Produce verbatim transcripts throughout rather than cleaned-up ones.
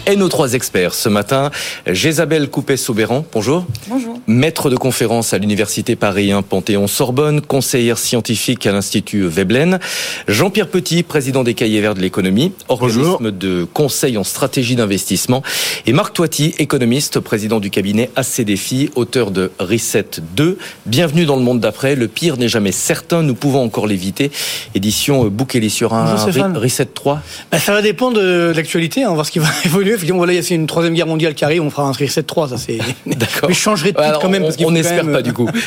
Et nos trois experts ce matin, Jésabel Coupet-Sobéran, bonjour. Bonjour. Maître de conférence à l'Université Paris un Panthéon-Sorbonne, conseillère scientifique à l'Institut Veblen. Jean-Pierre Petit, président des Cahiers Verts de l'économie, organisme bonjour. de conseil en stratégie d'investissement. Et Marc Toiti, économiste, président du cabinet A C Défi, auteur de Reset deux. Bienvenue dans le monde d'après. Le pire n'est jamais certain, nous pouvons encore l'éviter. Édition Bouquet sur un Reset trois. Ben, ça va dépendre de l'actualité, hein, on va voir ce qui va évoluer. Voilà, il y a une troisième guerre mondiale qui arrive, on fera un Reset trois, ça c'est. D'accord. Mais je changerai de titre Alors, quand même. On, parce qu'il on n'espère même... pas du coup.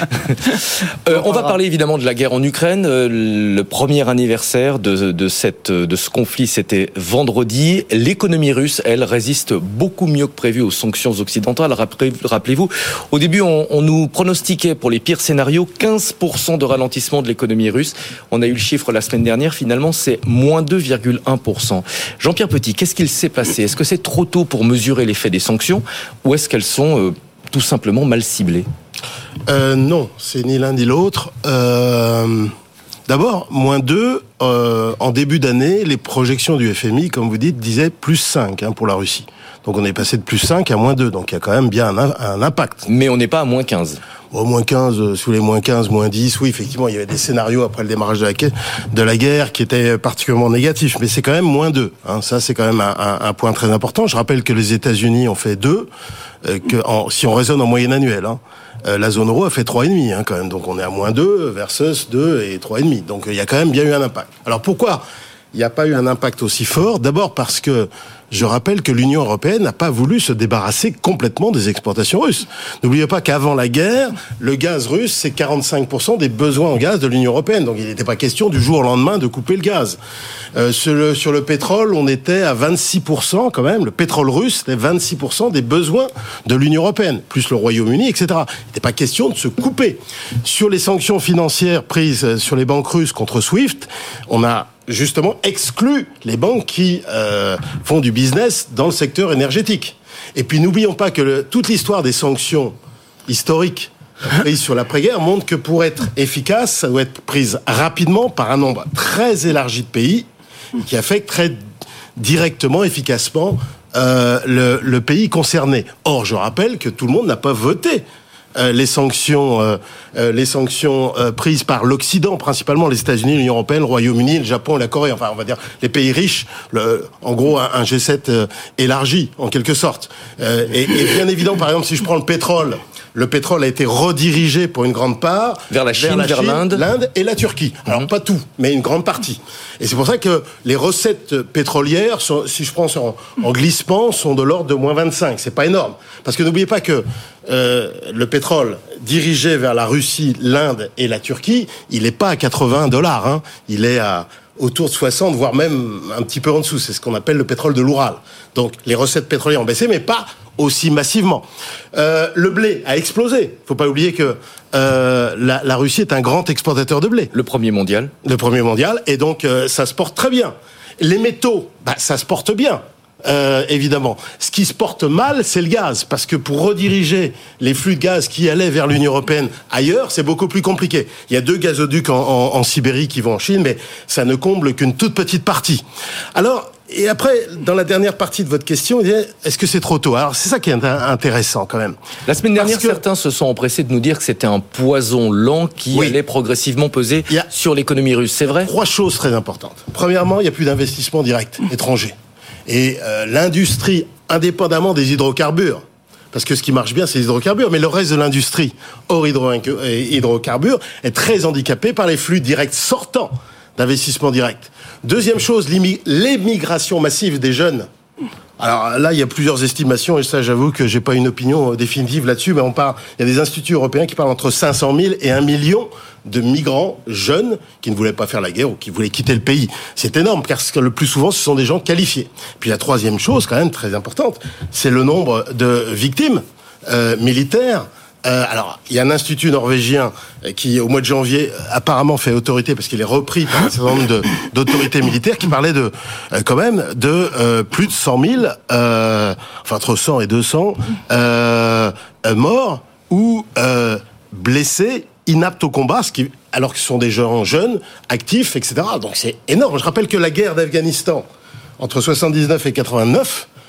euh, on va parler évidemment de la guerre en Ukraine. Le premier anniversaire de, de, cette, de ce conflit, c'était vendredi. L'économie russe, elle, résiste beaucoup mieux que prévu aux sanctions occidentales. Rappelez-vous, au début, on, on nous pronostiquait pour les pires scénarios quinze pour cent de ralentissement de l'économie russe. On a eu le chiffre la semaine dernière. Finalement, c'est moins deux virgule un pour cent. Jean-Pierre Petit, qu'est-ce qu'il s'est passé ? Est-ce que c'est trop tôt pour mesurer l'effet des sanctions ou est-ce qu'elles sont euh, tout simplement mal ciblées ? euh, Non, c'est ni l'un ni l'autre. Euh, d'abord, moins deux, euh, en début d'année, les projections du F M I, comme vous dites, disaient plus cinq hein, pour la Russie. Donc on est passé de plus cinq à moins deux, donc il y a quand même bien un, un impact. Mais on n'est pas à moins quinze. Au moins quinze, sous les moins quinze, moins dix, oui, effectivement, il y avait des scénarios après le démarrage de la, de la guerre qui étaient particulièrement négatifs, mais c'est quand même moins deux. Hein, ça, c'est quand même un, un, un point très important. Je rappelle que les États-Unis ont fait deux, euh, que en, si on raisonne en moyenne annuelle, hein, euh, la zone euro a fait trois virgule cinq hein, quand même. Donc on est à moins deux versus deux et trois virgule cinq. Donc il y a quand même bien eu un impact. Alors pourquoi il n'y a pas eu un impact aussi fort ? D'abord parce que je rappelle que l'Union européenne n'a pas voulu se débarrasser complètement des exportations russes. N'oubliez pas qu'avant la guerre, le gaz russe, c'est quarante-cinq pour cent des besoins en gaz de l'Union européenne. Donc il n'était pas question du jour au lendemain de couper le gaz. Euh, sur, le, sur le pétrole, on était à vingt-six pour cent quand même. Le pétrole russe, c'était vingt-six pour cent des besoins de l'Union européenne, plus le Royaume-Uni, et cetera. Il n'était pas question de se couper. Sur les sanctions financières prises sur les banques russes contre SWIFT, on a justement exclut les banques qui euh, font du business dans le secteur énergétique. Et puis n'oublions pas que le, toute l'histoire des sanctions historiques prises sur l'après-guerre montre que pour être efficace, ça doit être prise rapidement par un nombre très élargi de pays qui affecte très directement, efficacement euh, le, le pays concerné. Or, je rappelle que tout le monde n'a pas voté Euh, les sanctions, euh, euh, les sanctions euh, prises par l'Occident, principalement les États-Unis, l'Union européenne, le Royaume-Uni, le Japon, la Corée. Enfin, on va dire les pays riches. Le, en gros, un, un G sept euh, élargi, en quelque sorte. Euh, et, et bien évidemment, par exemple, si je prends le pétrole. Le pétrole a été redirigé pour une grande part vers la Chine, vers, la vers Chine, l'Inde, l'Inde et la Turquie. Alors mmh. pas tout, mais une grande partie. Et c'est pour ça que les recettes pétrolières, sont, si je prends en, en glissement, sont de l'ordre de moins vingt-cinq. C'est pas énorme, parce que n'oubliez pas que euh, le pétrole dirigé vers la Russie, l'Inde et la Turquie, il est pas à quatre-vingts dollars. Hein. Il est à autour de soixante, voire même un petit peu en dessous. C'est ce qu'on appelle le pétrole de l'Oural. Donc les recettes pétrolières ont baissé, mais pas aussi massivement. Euh, le blé a explosé. Faut pas oublier que euh, la, la Russie est un grand exportateur de blé. Le premier mondial. Le premier mondial, et donc euh, ça se porte très bien. Les métaux, bah, ça se porte bien. Euh, évidemment. Ce qui se porte mal, c'est le gaz, parce que pour rediriger les flux de gaz qui allaient vers l'Union européenne ailleurs, c'est beaucoup plus compliqué. Il y a deux gazoducs en, en, en Sibérie qui vont en Chine, mais ça ne comble qu'une toute petite partie. Alors, et après, dans la dernière partie de votre question, est-ce que c'est trop tôt ? Alors, c'est ça qui est intéressant quand même. La semaine dernière, que... certains se sont empressés de nous dire que c'était un poison lent qui oui. allait progressivement peser a... sur l'économie russe. C'est vrai ? Trois choses très importantes. Premièrement, il n'y a plus d'investissement direct étranger. Et euh, l'industrie, indépendamment des hydrocarbures, parce que ce qui marche bien, c'est les hydrocarbures, mais le reste de l'industrie hors hydro- hydrocarbures est très handicapé par les flux directs sortants d'investissement direct. Deuxième chose, l'émigration massive des jeunes. Alors là, il y a plusieurs estimations, et ça, j'avoue que j'ai pas une opinion définitive là-dessus, mais on parle, il y a des instituts européens qui parlent entre cinq cent mille et un million de migrants jeunes qui ne voulaient pas faire la guerre ou qui voulaient quitter le pays. C'est énorme, parce que le plus souvent, ce sont des gens qualifiés. Puis la troisième chose, quand même très importante, c'est le nombre de victimes euh, militaires. Euh, alors, il y a un institut norvégien qui, au mois de janvier, apparemment fait autorité, parce qu'il est repris par un certain nombre de, d'autorités militaires, qui parlait de, euh, quand même, de euh, plus de cent mille, euh, enfin entre cent et deux cents, euh, euh, morts ou euh, blessés, inaptes au combat, ce qui, alors que ce sont des gens jeunes, actifs, et cetera. Donc c'est énorme. Je rappelle que la guerre d'Afghanistan, entre soixante-dix-neuf et quatre-vingt-neuf,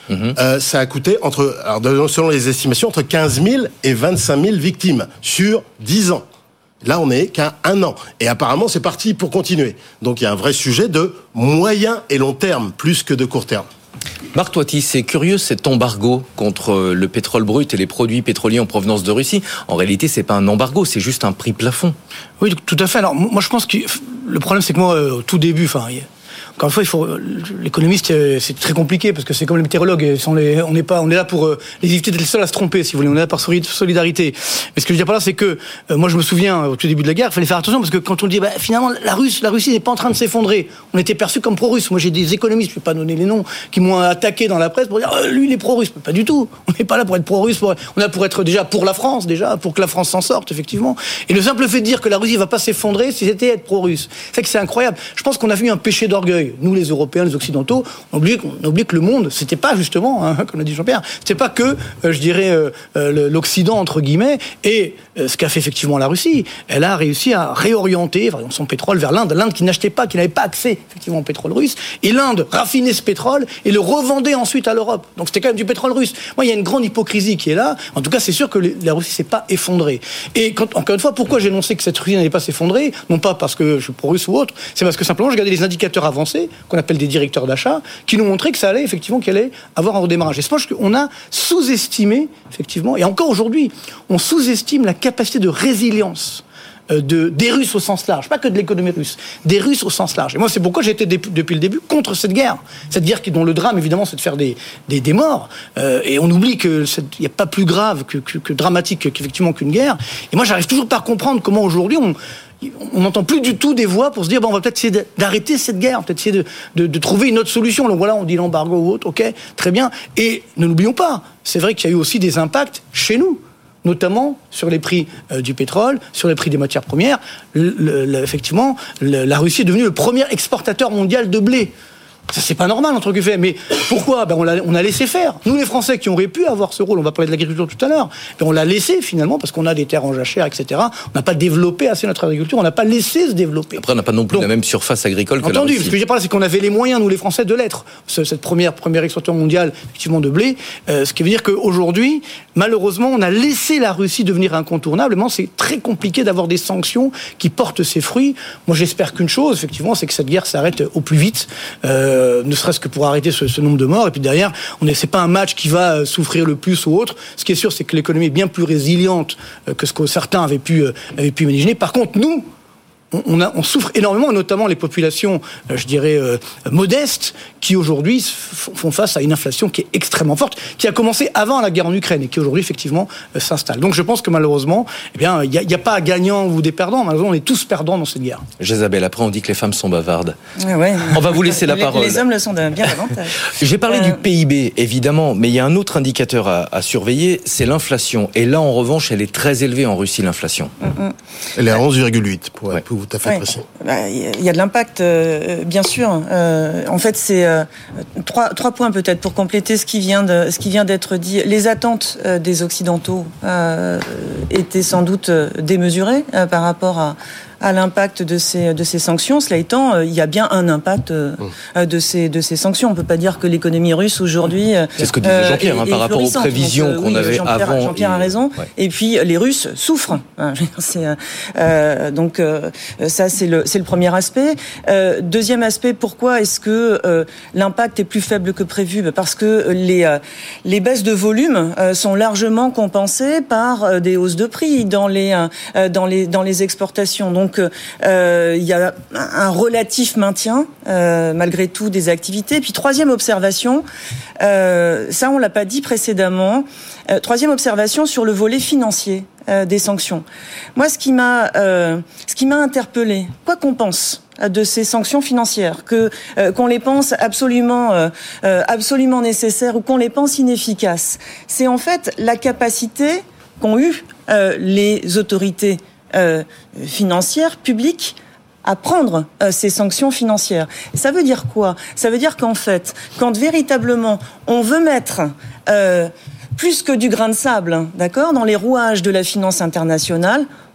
Mmh. Euh, ça a coûté entre, alors selon les estimations, entre quinze mille et vingt-cinq mille victimes sur dix ans. Là, on n'est qu'à un an. Et apparemment, c'est parti pour continuer. Donc, il y a un vrai sujet de moyen et long terme, plus que de court terme. Marc Toiti, c'est curieux cet embargo contre le pétrole brut et les produits pétroliers en provenance de Russie. En réalité, c'est pas un embargo, c'est juste un prix plafond. Oui, tout à fait. Alors, moi, je pense que le problème, c'est que moi, au tout début, enfin... Encore une fois, il faut, l'économiste, c'est très compliqué parce que c'est comme les météorologues. On n'est pas, on est là pour les éviter d'être les seuls à se tromper, si vous voulez. On est là par solidarité. Mais ce que je veux dire par là, c'est que euh, moi, je me souviens au tout début de la guerre, il fallait faire attention parce que quand on dit, bah, finalement, la Russe, la Russie n'est pas en train de s'effondrer. On était perçu comme pro-russe. Moi, j'ai des économistes, je ne vais pas donner les noms, qui m'ont attaqué dans la presse pour dire, oh, lui, il est pro-russe. Mais pas du tout. On n'est pas là pour être pro-russe. Pour... On est là pour être déjà pour la France, déjà, pour que la France s'en sorte, effectivement. Et le simple fait de dire que la Russie va pas s'effondrer, c'était être pro-russe. C'est que c'est incroyable. Je pense qu'on a vu un péché d'orgueil. Nous, les Européens, les Occidentaux, on oublie, on oublie que le monde, c'était pas justement, hein, comme l'a dit Jean-Pierre, c'était pas que, euh, je dirais, euh, l'Occident, entre guillemets, et euh, ce qu'a fait effectivement la Russie. Elle a réussi à réorienter par exemple, son pétrole vers l'Inde. L'Inde qui n'achetait pas, qui n'avait pas accès, effectivement, au pétrole russe. Et l'Inde raffinait ce pétrole et le revendait ensuite à l'Europe. Donc c'était quand même du pétrole russe. Moi, il y a une grande hypocrisie qui est là. En tout cas, c'est sûr que la Russie s'est pas effondrée. Et quand, encore une fois, pourquoi j'ai annoncé que cette Russie n'allait pas s'effondrer? Non pas parce que je suis pro-russe ou autre, c'est parce que simplement, je regardais les indicateurs avancés, qu'on appelle des directeurs d'achat, qui nous montraient que ça allait effectivement qu'elle allait avoir un redémarrage. Et je pense qu'on a sous-estimé effectivement, et encore aujourd'hui, on sous-estime la capacité de résilience de, des Russes au sens large, pas que de l'économie russe, des Russes au sens large. Et moi, c'est pourquoi j'étais depuis le début contre cette guerre. Cette guerre dont le drame, évidemment, c'est de faire des, des, des morts. Euh, et on oublie qu'il n'y a pas plus grave que, que, que dramatique qu'effectivement qu'une guerre. Et moi, j'arrive toujours pas à comprendre comment aujourd'hui on on n'entend plus du tout des voix pour se dire bon, on va peut-être essayer d'arrêter cette guerre, peut-être essayer de, de, de trouver une autre solution. Donc voilà, on dit l'embargo ou autre, ok, très bien. Et ne l'oublions pas, c'est vrai qu'il y a eu aussi des impacts chez nous, notamment sur les prix euh, du pétrole, sur les prix des matières premières. Le, le, effectivement, le, la Russie est devenue le premier exportateur mondial de blé. Ça, c'est pas normal, entre guillemets. Mais pourquoi? Ben, on, l'a, on a laissé faire. Nous, les Français qui auraient pu avoir ce rôle, on va parler de l'agriculture tout à l'heure, ben, on l'a laissé, finalement, parce qu'on a des terres en jachère, et cetera. On n'a pas développé assez notre agriculture, on n'a pas laissé se développer. Après, on n'a pas non plus Donc, la même surface agricole que entendu, la Russie. Ce que je veux dire par là, c'est qu'on avait les moyens, nous, les Français, de l'être. Cette première, première exportation mondiale, effectivement, de blé. Euh, ce qui veut dire qu'aujourd'hui, malheureusement, on a laissé la Russie devenir incontournable. Mais c'est très compliqué d'avoir des sanctions qui portent ses fruits. Moi, j'espère qu'une chose, effectivement, c'est que cette guerre s'arrête au plus vite, euh, ne serait-ce que pour arrêter ce, ce nombre de morts. Et puis derrière, on est, c'est pas un match qui va souffrir le plus ou autre. Ce qui est sûr, c'est que l'économie est bien plus résiliente que ce que certains avaient pu, avaient pu imaginer. Par contre, nous, on, a, on souffre énormément, notamment les populations, je dirais, euh, modestes, qui aujourd'hui font face à une inflation qui est extrêmement forte, qui a commencé avant la guerre en Ukraine et qui aujourd'hui, effectivement, euh, s'installe. Donc je pense que malheureusement, eh bien, il n'y a, y a pas gagnant ou des perdants. Malheureusement, on est tous perdants dans cette guerre. Jésabelle, après on dit que les femmes sont bavardes. Ouais. On va vous laisser la les, parole. Les hommes le sont bien davantage. J'ai parlé euh... du P I B, évidemment, mais il y a un autre indicateur à, à surveiller, c'est l'inflation. Et là, en revanche, elle est très élevée en Russie, l'inflation. Mm-hmm. Elle est à onze virgule huit, pour être ouais. tout à fait ouais. précis. Bah, il y a de l'impact, euh, bien sûr. Euh, en fait, c'est euh, trois, trois points peut-être pour compléter ce qui vient de, ce qui vient d'être dit. Les attentes euh, des Occidentaux euh, étaient sans doute démesurées euh, par rapport à à l'impact de ces de ces sanctions. Cela étant, il y a bien un impact mmh. de ces de ces sanctions. On peut pas dire que l'économie russe aujourd'hui. C'est ce que disait Jean-Pierre euh, hein, par rapport aux prévisions donc, euh, qu'on oui, avait Jean-Pierre, avant. Jean-Pierre a raison. Ouais. Et puis les Russes souffrent. C'est, euh, donc euh, ça c'est le c'est le premier aspect. Euh, deuxième aspect, pourquoi est-ce que euh, l'impact est plus faible que prévu? Parce que les euh, les baisses de volume euh, sont largement compensées par euh, des hausses de prix dans les euh, dans les dans les exportations. Donc Donc, euh, il y a un relatif maintien, euh, malgré tout, des activités. Puis, troisième observation, euh, ça, on l'a pas dit précédemment, euh, troisième observation sur le volet financier euh, des sanctions. Moi, ce qui m'a, euh, ce qui m'a interpellée, quoi qu'on pense de ces sanctions financières, que euh, qu'on les pense absolument euh, euh, absolument nécessaires ou qu'on les pense inefficaces, c'est en fait la capacité qu'ont eu euh, les autorités Euh, financières, publiques, à prendre euh, ces sanctions financières. Ça veut dire quoi? Ça veut dire qu'en fait, quand véritablement on veut mettre euh, plus que du grain de sable, hein, d'accord, dans les rouages de la finance internationale,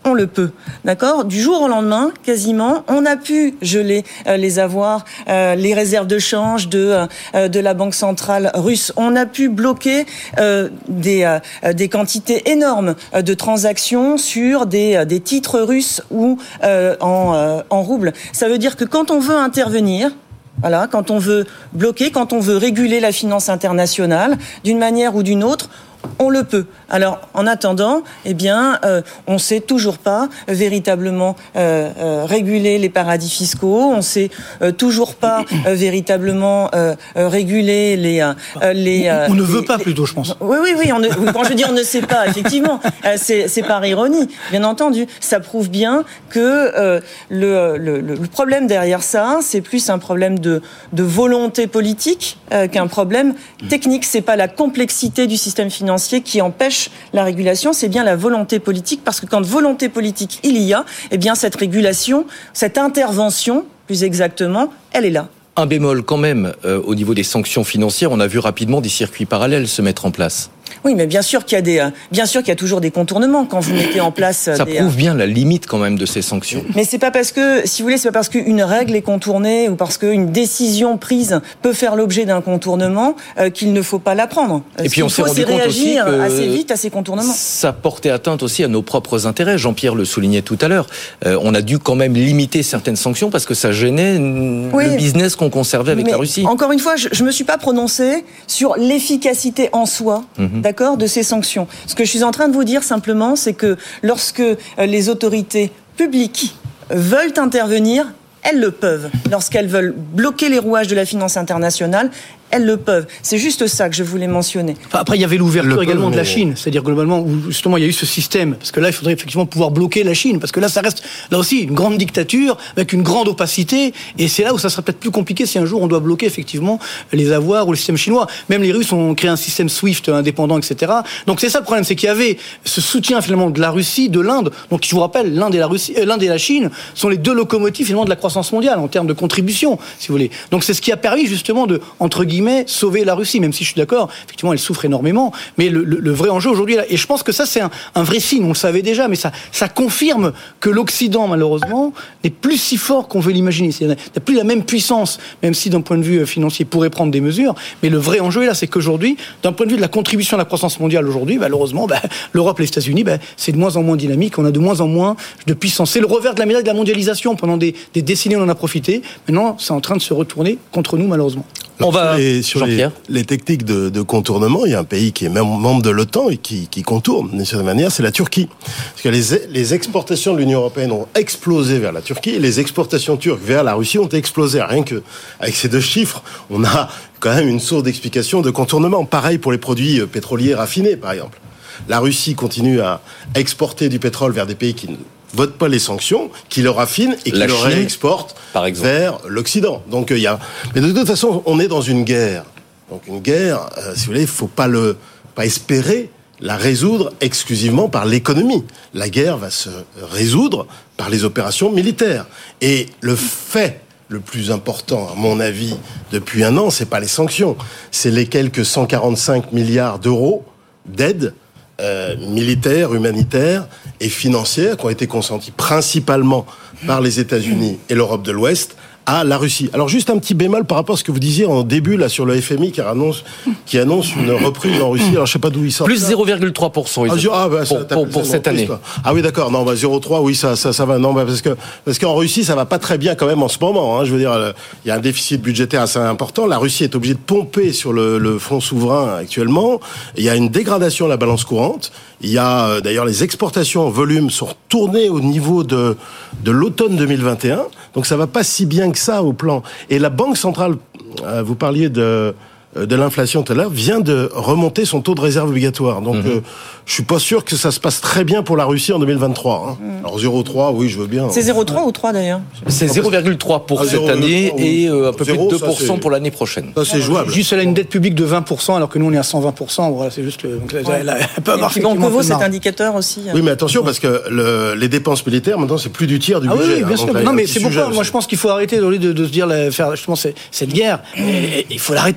on le peut, d'accord ? Du jour au lendemain, quasiment, on a pu geler euh, les avoirs, euh, les réserves de change de euh, de la banque centrale russe. On a pu bloquer euh, des euh, des quantités énormes de transactions sur des euh, des titres russes ou euh, en euh, en roubles. Ça veut dire que quand on veut intervenir, voilà, quand on veut bloquer, quand on veut réguler la finance internationale d'une manière ou d'une autre, on le peut. Alors, en attendant, eh bien, euh, on ne sait toujours pas euh, véritablement euh, euh, réguler les paradis fiscaux. On ne sait euh, toujours pas euh, véritablement euh, euh, réguler les euh, les. Euh, on ne veut les, pas plutôt, je pense. Oui, oui, oui. On ne, quand je dis on ne sait pas, effectivement, euh, c'est, c'est par ironie, bien entendu. Ça prouve bien que euh, le, le le problème derrière ça, c'est plus un problème de de volonté politique euh, qu'un problème technique. C'est pas la complexité du système financier qui empêche la régulation, c'est bien la volonté politique, parce que quand volonté politique il y a, eh bien cette régulation, cette intervention, plus exactement, elle est là. Un bémol quand même, euh, au niveau des sanctions financières, on a vu rapidement des circuits parallèles se mettre en place. Oui, mais bien sûr qu'il y a des, bien sûr qu'il y a toujours des contournements quand vous mettez en place. Ça des, prouve bien la limite quand même de ces sanctions. Mais c'est pas parce que, si vous voulez, c'est pas parce qu'une règle est contournée ou parce qu'une décision prise peut faire l'objet d'un contournement euh, qu'il ne faut pas la prendre. Et puis on s'est rendu compte aussi que assez vite à ces contournements. Ça portait atteinte aussi à nos propres intérêts. Jean-Pierre le soulignait tout à l'heure. Euh, on a dû quand même limiter certaines sanctions parce que ça gênait oui, le business qu'on conservait avec mais la Russie. Encore une fois, je, je me suis pas prononcée sur l'efficacité en soi, mm-hmm. d'accord, de ces sanctions. Ce que je suis en train de vous dire simplement, c'est que lorsque les autorités publiques veulent intervenir, elles le peuvent. Lorsqu'elles veulent bloquer les rouages de la finance internationale, elles le peuvent. C'est juste ça que je voulais mentionner. Enfin, après, il y avait l'ouverture le également de la Chine. C'est-à-dire, globalement, où justement, il y a eu ce système. Parce que là, il faudrait effectivement pouvoir bloquer la Chine. Parce que là, ça reste, là aussi, une grande dictature, avec une grande opacité. Et c'est là où ça sera peut-être plus compliqué si un jour on doit bloquer, effectivement, les avoirs ou le système chinois. Même les Russes ont créé un système SWIFT indépendant, et cetera. Donc, c'est ça le problème. C'est qu'il y avait ce soutien, finalement, de la Russie, de l'Inde. Donc, je vous rappelle, l'Inde et la Russie, euh, l'Inde et la Chine sont les deux locomotives, finalement, de la croissance mondiale, en termes de contribution, si vous voulez. Donc, c'est ce qui a permis, justement, de, entre guillemets, sauver la Russie, même si je suis d'accord, effectivement, elle souffre énormément, mais le, le, le vrai enjeu aujourd'hui, là, et je pense que ça, c'est un, un vrai signe, on le savait déjà, mais ça, ça confirme que l'Occident, malheureusement, n'est plus si fort qu'on veut l'imaginer. Il n'a plus la même puissance, même si d'un point de vue financier, il pourrait prendre des mesures, mais le vrai enjeu, là, c'est qu'aujourd'hui, d'un point de vue de la contribution à la croissance mondiale aujourd'hui, malheureusement, bah, l'Europe et les États-Unis, bah, c'est de moins en moins dynamique, on a de moins en moins de puissance. C'est le revers de la médaille de la mondialisation. Pendant des, des décennies, on en a profité. Maintenant, c'est en train de se retourner contre nous, malheureusement. On va, et sur les, les techniques de, de contournement, il y a un pays qui est même membre de l'OTAN et qui, qui contourne d'une certaine manière, c'est la Turquie. Parce que les, les exportations de l'Union européenne ont explosé vers la Turquie et les exportations turques vers la Russie ont explosé. Rien que avec ces deux chiffres, on a quand même une source d'explication de contournement. Pareil pour les produits pétroliers raffinés, par exemple. La Russie continue à exporter du pétrole vers des pays qui ne votent pas les sanctions, qui le raffinent et qui le réexportent vers l'Occident. Donc il y a. Mais de toute façon, on est dans une guerre. Donc une guerre, euh, si vous voulez, il faut pas le pas espérer la résoudre exclusivement par l'économie. La guerre va se résoudre par les opérations militaires. Et le fait le plus important, à mon avis, depuis un an, c'est pas les sanctions, c'est les quelques cent quarante-cinq milliards d'euros d'aide Euh, militaires, humanitaires et financières qui ont été consentis principalement par les États-Unis et l'Europe de l'Ouest à la Russie. Alors juste un petit bémol par rapport à ce que vous disiez en début là sur le F M I qui annonce qui annonce une reprise en Russie. Alors je sais pas d'où il sort. Plus zéro virgule trois pour cent ah, ah, bah, pour, pour, pour cette année. Ah oui d'accord. Non bah zéro virgule trois oui ça ça ça va non bah, parce que parce qu'en Russie ça va pas très bien quand même en ce moment. Hein, je veux dire il y a un déficit budgétaire assez important. La Russie est obligée de pomper sur le, le fonds souverain actuellement. Il y a une dégradation de la balance courante. Il y a euh, d'ailleurs les exportations en volume sont retournées au niveau de de l'automne deux mille vingt et un. Donc ça va pas si bien que ça au plan. Et la Banque centrale, euh, vous parliez de de l'inflation tout à l'heure, vient de remonter son taux de réserve obligatoire. Donc, mmh. euh, je suis pas sûr que ça se passe très bien pour la Russie en deux mille vingt-trois. Hein. Mmh. Alors, zéro virgule trois, oui, je veux bien. C'est zéro virgule trois ou trois d'ailleurs? C'est zéro virgule trois pour ah, cette année oui. et euh, un peu zéro, plus de deux pour cent ça, pour l'année prochaine. Ça, c'est jouable. Juste, elle a une dette publique de vingt pour cent alors que nous, on est à cent vingt pour cent. Voilà, c'est juste le... Donc, ouais. elle, a, elle peut avoir et bon, que vaut cet indicateur aussi? Oui, mais attention, parce que le, les dépenses militaires, maintenant, c'est plus du tiers du ah, budget. Oui, bien hein, sûr. Non, mais c'est pourquoi, moi, je pense qu'il faut arrêter, au lieu de, de se dire, la, faire justement cette guerre, il faut l'arrêter, point final.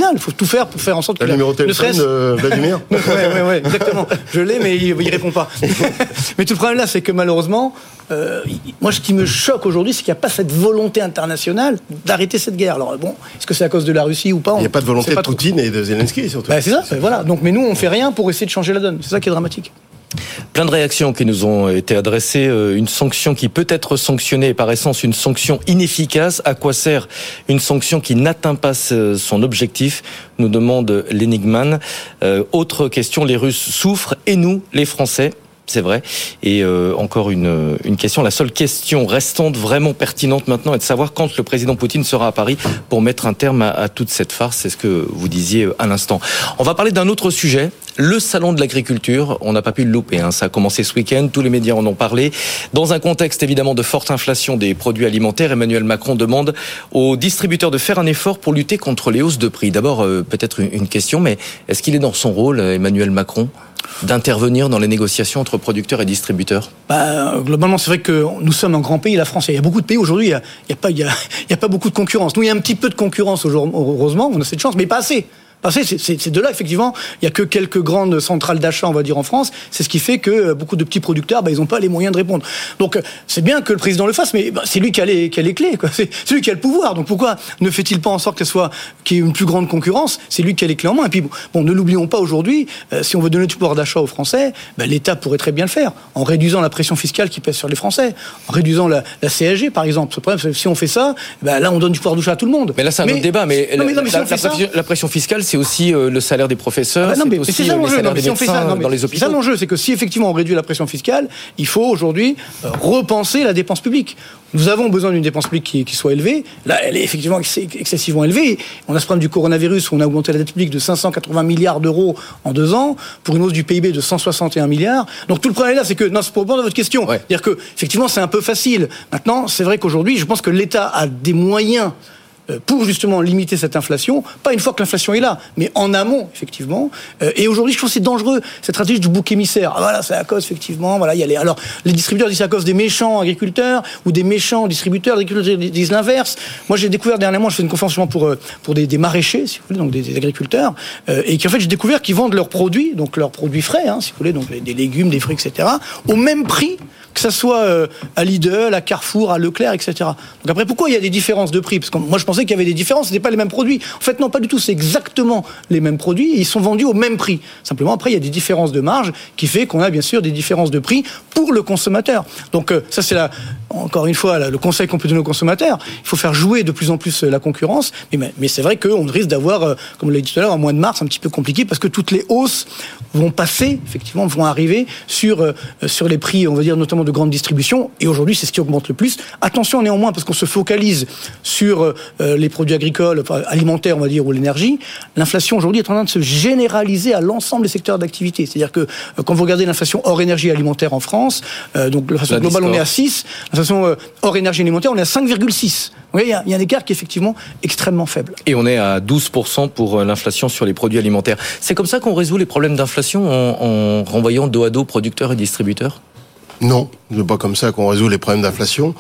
final. Il faut tout faire pour faire en sorte que... Le la, numéro de téléphone de Vladimir. Oui, oui, oui, exactement. Je l'ai, mais il ne répond pas. Mais tout le problème là, c'est que malheureusement, euh, moi, ce qui me choque aujourd'hui, c'est qu'il n'y a pas cette volonté internationale d'arrêter cette guerre. Alors bon, est-ce que c'est à cause de la Russie ou pas? Il n'y a pas de volonté de Poutine et de Zelensky, surtout. Ben, c'est ça, c'est voilà. Donc, mais nous, on ne fait rien pour essayer de changer la donne. C'est ça qui est dramatique. Plein de réactions qui nous ont été adressées. Une sanction qui peut être sanctionnée est par essence une sanction inefficace. À quoi sert une sanction qui n'atteint pas son objectif, nous demande l'Enigman. Euh, autre question, les Russes souffrent et nous, les Français. C'est vrai. Et euh, encore une, une question. La seule question restante vraiment pertinente maintenant est de savoir quand le président Poutine sera à Paris pour mettre un terme à, à toute cette farce. C'est ce que vous disiez à l'instant. On va parler d'un autre sujet. Le salon de l'agriculture. On n'a pas pu le louper, hein. Ça a commencé ce week-end. Tous les médias en ont parlé. Dans un contexte évidemment de forte inflation des produits alimentaires, Emmanuel Macron demande aux distributeurs de faire un effort pour lutter contre les hausses de prix. D'abord, euh, peut-être une, une question, mais est-ce qu'il est dans son rôle, Emmanuel Macron, d'intervenir dans les négociations entre producteurs et distributeurs? Bah, globalement, c'est vrai que nous sommes un grand pays, la France. Il y a beaucoup de pays aujourd'hui, il n'y a, il y a, pas, il y a, il y a pas beaucoup de concurrence. Nous, il y a un petit peu de concurrence, heureusement, on a cette chance, mais pas assez. C'est, c'est, c'est de là, effectivement, il n'y a que quelques grandes centrales d'achat, on va dire, en France. C'est ce qui fait que beaucoup de petits producteurs, bah, ils n'ont pas les moyens de répondre. Donc, c'est bien que le président le fasse, mais bah, c'est lui qui a les, qui a les clés, quoi. C'est, c'est lui qui a le pouvoir. Donc, pourquoi ne fait-il pas en sorte qu'elle soit, qu'il y ait une plus grande concurrence? C'est lui qui a les clés en main. Et puis, bon, ne l'oublions pas aujourd'hui, euh, si on veut donner du pouvoir d'achat aux Français, bah, l'État pourrait très bien le faire, en réduisant la pression fiscale qui pèse sur les Français, en réduisant la, la C S G, par exemple. Le problème, c'est que si on fait ça, bah, là, on donne du pouvoir d'achat à tout le monde. Mais là, c'est un mais, autre débat. Mais, non, mais, non, mais la, si la, la, pression, la pression fiscale, c'est aussi euh, le salaire des professeurs, ah bah non, mais, c'est aussi c'est ça, euh, les salaires non, des médecins ça, non, dans les hôpitaux. C'est ça l'enjeu, c'est que si effectivement on réduit la pression fiscale, il faut aujourd'hui euh, repenser la dépense publique. Nous avons besoin d'une dépense publique qui, qui soit élevée. Là, elle est effectivement excessivement élevée. On a ce problème du coronavirus où on a augmenté la dette publique de cinq cent quatre-vingts milliards d'euros en deux ans pour une hausse du P I B de cent soixante et un milliards. Donc tout le problème est là, c'est que, non, c'est pour répondre à votre question. Ouais. C'est-à-dire que, effectivement, c'est un peu facile. Maintenant, c'est vrai qu'aujourd'hui, je pense que l'État a des moyens pour justement limiter cette inflation, pas une fois que l'inflation est là, mais en amont, effectivement. Et aujourd'hui, je trouve que c'est dangereux, cette stratégie du bouc émissaire. Ah, voilà, c'est à cause, effectivement, voilà, il y a les... Alors, les distributeurs disent c'est à cause des méchants agriculteurs, ou des méchants distributeurs, les agriculteurs disent l'inverse. Moi, j'ai découvert dernièrement, je fais une conférence pour, pour des, des maraîchers, si vous voulez, donc des, des agriculteurs, euh, et qu'en fait, j'ai découvert qu'ils vendent leurs produits, donc leurs produits frais, hein, si vous voulez, donc les, des légumes, des fruits, et cetera, au même prix que ça soit euh, à Lidl, à Carrefour, à Leclerc, et cetera. Donc après, pourquoi il y a des différences de prix? Parce que moi, je pensais qu'il y avait des différences, ce n'étaient pas les mêmes produits. En fait, non, pas du tout. C'est exactement les mêmes produits et ils sont vendus au même prix. Simplement, après, il y a des différences de marge qui fait qu'on a bien sûr des différences de prix pour le consommateur. Donc euh, ça, c'est la, encore une fois la, le conseil qu'on peut donner aux consommateurs. Il faut faire jouer de plus en plus la concurrence. Mais, mais c'est vrai qu'on risque d'avoir, euh, comme on l'a dit tout à l'heure, en mois de mars, un petit peu compliqué parce que toutes les hausses vont passer, effectivement, vont arriver sur, euh, sur les prix, on va dire, notamment de grande distribution, et aujourd'hui c'est ce qui augmente le plus. Attention néanmoins, parce qu'on se focalise sur euh, les produits agricoles, enfin, alimentaires on va dire, ou l'énergie. L'inflation aujourd'hui est en train de se généraliser à l'ensemble des secteurs d'activité. C'est-à-dire que euh, quand vous regardez l'inflation hors énergie alimentaire en France, euh, donc l'inflation globale on est à six, l'inflation euh, hors énergie alimentaire on est à cinq virgule six. Vous voyez, il y, y a un écart qui est effectivement extrêmement faible. Et on est à douze pour cent pour l'inflation sur les produits alimentaires. C'est comme ça qu'on résout les problèmes d'inflation en, en renvoyant dos à dos producteurs et distributeurs ? Non, c'est pas comme ça qu'on résout les problèmes d'inflation.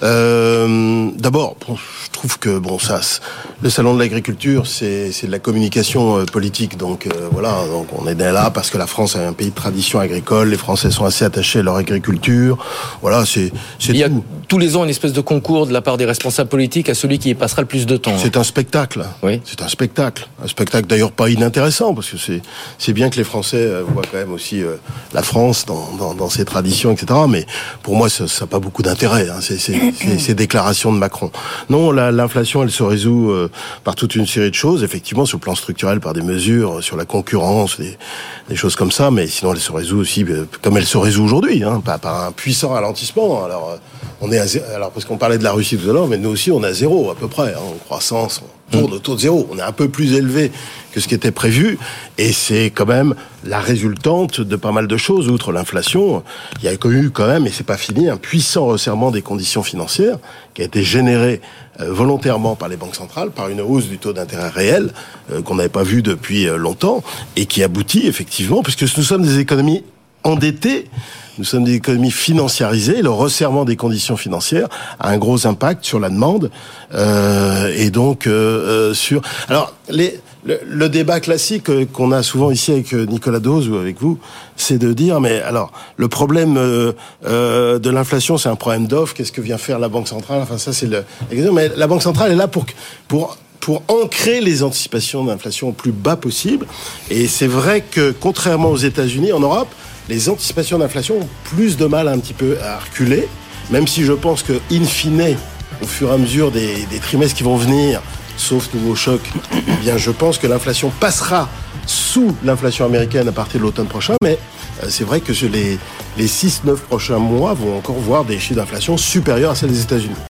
Euh, d'abord, bon, je trouve que bon, ça, le salon de l'agriculture, c'est, c'est de la communication euh, politique. Donc euh, voilà, donc on est là parce que la France est un pays de tradition agricole. Les Français sont assez attachés à leur agriculture. Voilà, c'est, c'est Il y a tout. tous les ans une espèce de concours de la part des responsables politiques à celui qui y passera le plus de temps. C'est un spectacle. Oui. C'est un spectacle. Un spectacle d'ailleurs pas inintéressant parce que c'est c'est bien que les Français voient quand même aussi euh, la France dans, dans, dans ses traditions, et cetera. Mais pour moi, ça n'a pas beaucoup d'intérêt, hein, ces, ces, ces, ces déclarations de Macron. Non, la, l'inflation, elle se résout euh, par toute une série de choses, effectivement, sur le plan structurel, par des mesures, sur la concurrence, des, des choses comme ça, mais sinon, elle se résout aussi, euh, comme elle se résout aujourd'hui, hein, par, par un puissant ralentissement. Alors, euh, on est à zéro, alors, parce qu'on parlait de la Russie tout à l'heure, mais nous aussi, on est à zéro, à peu près, hein, en croissance, on tourne autour de zéro. On est un peu plus élevé que ce qui était prévu, et c'est quand même la résultante de pas mal de choses. Outre l'inflation, il y a eu quand même, et c'est pas fini, un puissant resserrement des conditions financières qui a été généré euh, volontairement par les banques centrales, par une hausse du taux d'intérêt réel euh, qu'on n'avait pas vu depuis euh, longtemps, et qui aboutit effectivement, puisque nous sommes des économies endettés. Nous sommes des économies financiarisées. Le resserrement des conditions financières a un gros impact sur la demande euh, et donc euh, euh, sur. Alors les, le, le débat classique qu'on a souvent ici avec Nicolas Dose ou avec vous, c'est de dire mais alors le problème euh, euh, de l'inflation, c'est un problème d'offre. Qu'est-ce que vient faire la Banque centrale? Enfin ça c'est le. Mais la Banque centrale est là pour pour pour ancrer les anticipations d'inflation au plus bas possible. Et c'est vrai que contrairement aux États-Unis, en Europe, les anticipations d'inflation ont plus de mal un petit peu à reculer, même si je pense que, in fine, au fur et à mesure des, des trimestres qui vont venir, sauf nouveau choc, eh bien, je pense que l'inflation passera sous l'inflation américaine à partir de l'automne prochain, mais euh, c'est vrai que les, les six neuf prochains mois vont encore voir des chiffres d'inflation supérieurs à celles des États-Unis.